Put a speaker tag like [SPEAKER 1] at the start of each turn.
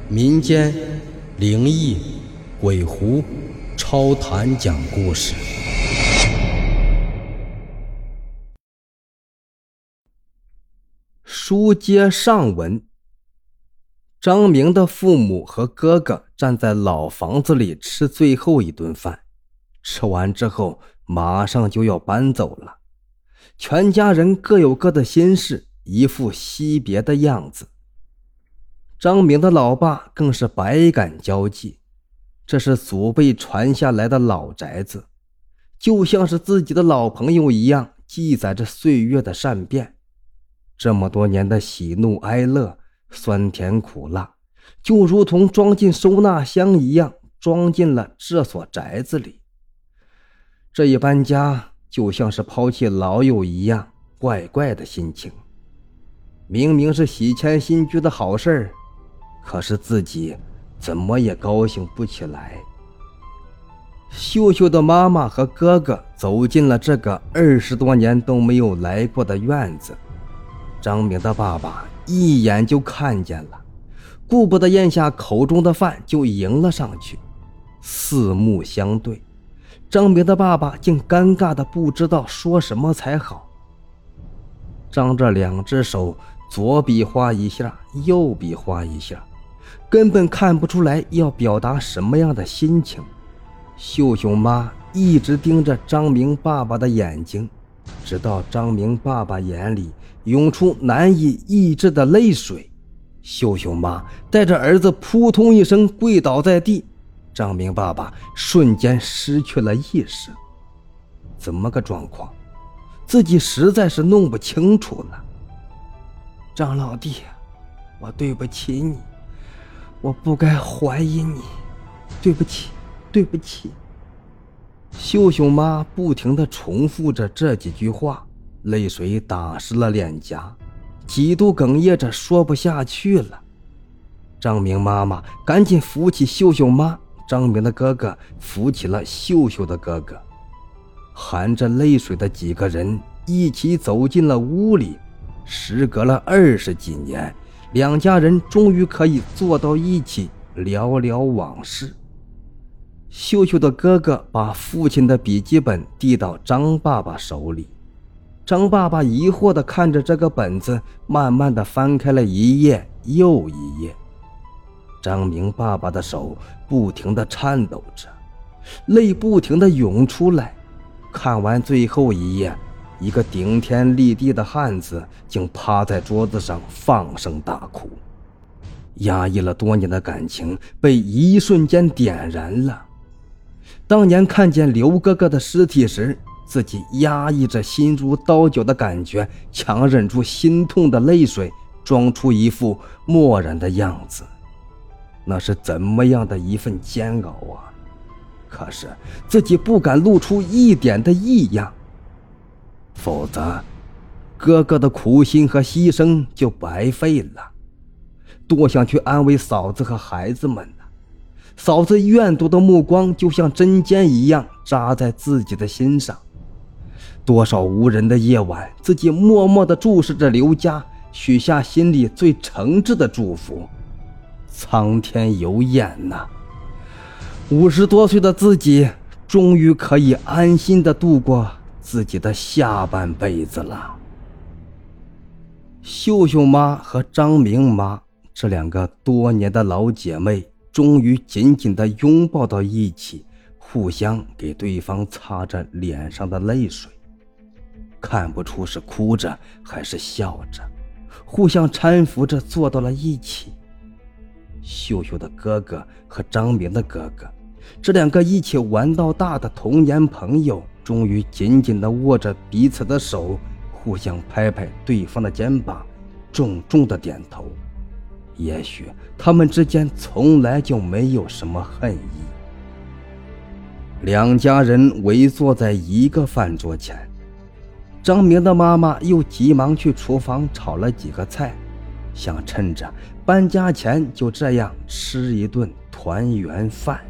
[SPEAKER 1] 民间灵异、鬼狐、超谈讲故事。书接上文，张明的父母和哥哥站在老房子里吃最后一顿饭，吃完之后马上就要搬走了。全家人各有各的心事，一副惜别的样子。张明的老爸更是百感交集，这是祖辈传下来的老宅子，就像是自己的老朋友一样，记载着岁月的善变。这么多年的喜怒哀乐、酸甜苦辣，就如同装进收纳箱一样，装进了这所宅子里。这一搬家就像是抛弃老友一样，怪怪的心情。明明是喜迁新居的好事儿，可是自己怎么也高兴不起来。秀秀的妈妈和哥哥走进了这个20多年都没有来过的院子。张明的爸爸一眼就看见了，顾不得咽下口中的饭，就迎了上去。四目相对，张明的爸爸竟尴尬的不知道说什么才好，张着两只手，左比划一下，右比划一下，根本看不出来要表达什么样的心情。秀秀妈一直盯着张明爸爸的眼睛，直到张明爸爸眼里涌出难以抑制的泪水。秀秀妈带着儿子扑通一声跪倒在地，张明爸爸瞬间失去了意识。怎么个状况？自己实在是弄不清楚了。张老弟，我对不起你，我不该怀疑你，对不起，对不起。秀秀妈不停地重复着这几句话，泪水打湿了脸颊，几度哽咽着说不下去了。张明妈妈赶紧扶起秀秀妈，张明的哥哥扶起了秀秀的哥哥，含着泪水的几个人一起走进了屋里。时隔了20几年，两家人终于可以坐到一起聊聊往事。秀秀的哥哥把父亲的笔记本递到张爸爸手里，张爸爸疑惑地看着这个本子，慢慢地翻开了一页又一页。张明爸爸的手不停地颤抖着，泪不停地涌出来。看完最后一页，一个顶天立地的汉子竟趴在桌子上放声大哭，压抑了多年的感情被一瞬间点燃了。当年看见刘哥哥的尸体时，自己压抑着心如刀绞的感觉，强忍住心痛的泪水，装出一副漠然的样子。那是怎么样的一份煎熬啊！可是自己不敢露出一点的异样，否则哥哥的苦心和牺牲就白费了。多想去安慰嫂子和孩子们呢，嫂子怨毒的目光就像针尖一样扎在自己的心上。多少无人的夜晚，自己默默地注视着刘家，许下心里最诚挚的祝福。苍天有眼呐，50多岁的自己终于可以安心地度过自己的下半辈子了。秀秀妈和张明妈这两个多年的老姐妹终于紧紧地拥抱到一起，互相给对方擦着脸上的泪水，看不出是哭着还是笑着，互相搀扶着坐到了一起。秀秀的哥哥和张明的哥哥，这两个一起玩到大的童年朋友，终于紧紧地握着彼此的手，互相拍拍对方的肩膀，重重地点头。也许他们之间从来就没有什么恨意。两家人围坐在一个饭桌前，张明的妈妈又急忙去厨房炒了几个菜，想趁着搬家前就这样吃一顿团圆饭。